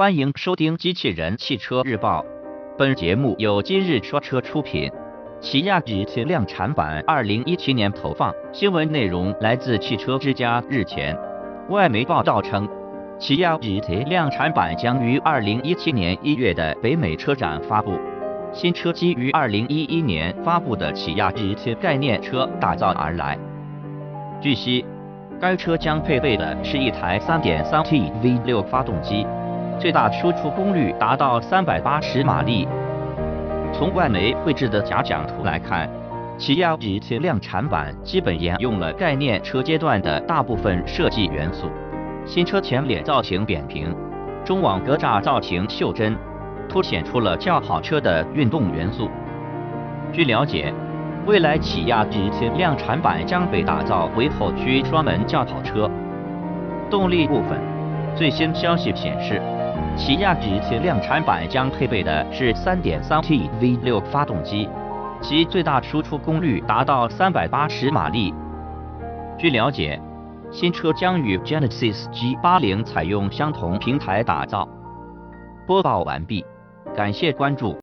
欢迎收听机器人汽车日报，本节目由今日说车出品。起亚 GT 量产版2017年投放。新闻内容来自汽车之家。日前，外媒报道称，起亚 GT 量产版将于2017年1月的北美车展发布。新车基于2011年发布的起亚 GT 概念车打造而来。据悉，该车将配备的是一台 3.3T V6 发动机，最大输出功率达到380马力。从外媒绘制的假想图来看，起亚 GT 量产版基本沿用了概念车阶段的大部分设计元素。新车前脸造型扁平，中网格栅造型袖珍，凸显出了轿跑车的运动元素。据了解，未来起亚 GT 量产版将被打造为后驱双门轿跑车。动力部分，最新消息显示，起亚 GT 量产版将配备的是 3.3T V6 发动机，其最大输出功率达到380马力。据了解，新车将与 Genesis G80 采用相同平台打造。播报完毕，感谢关注。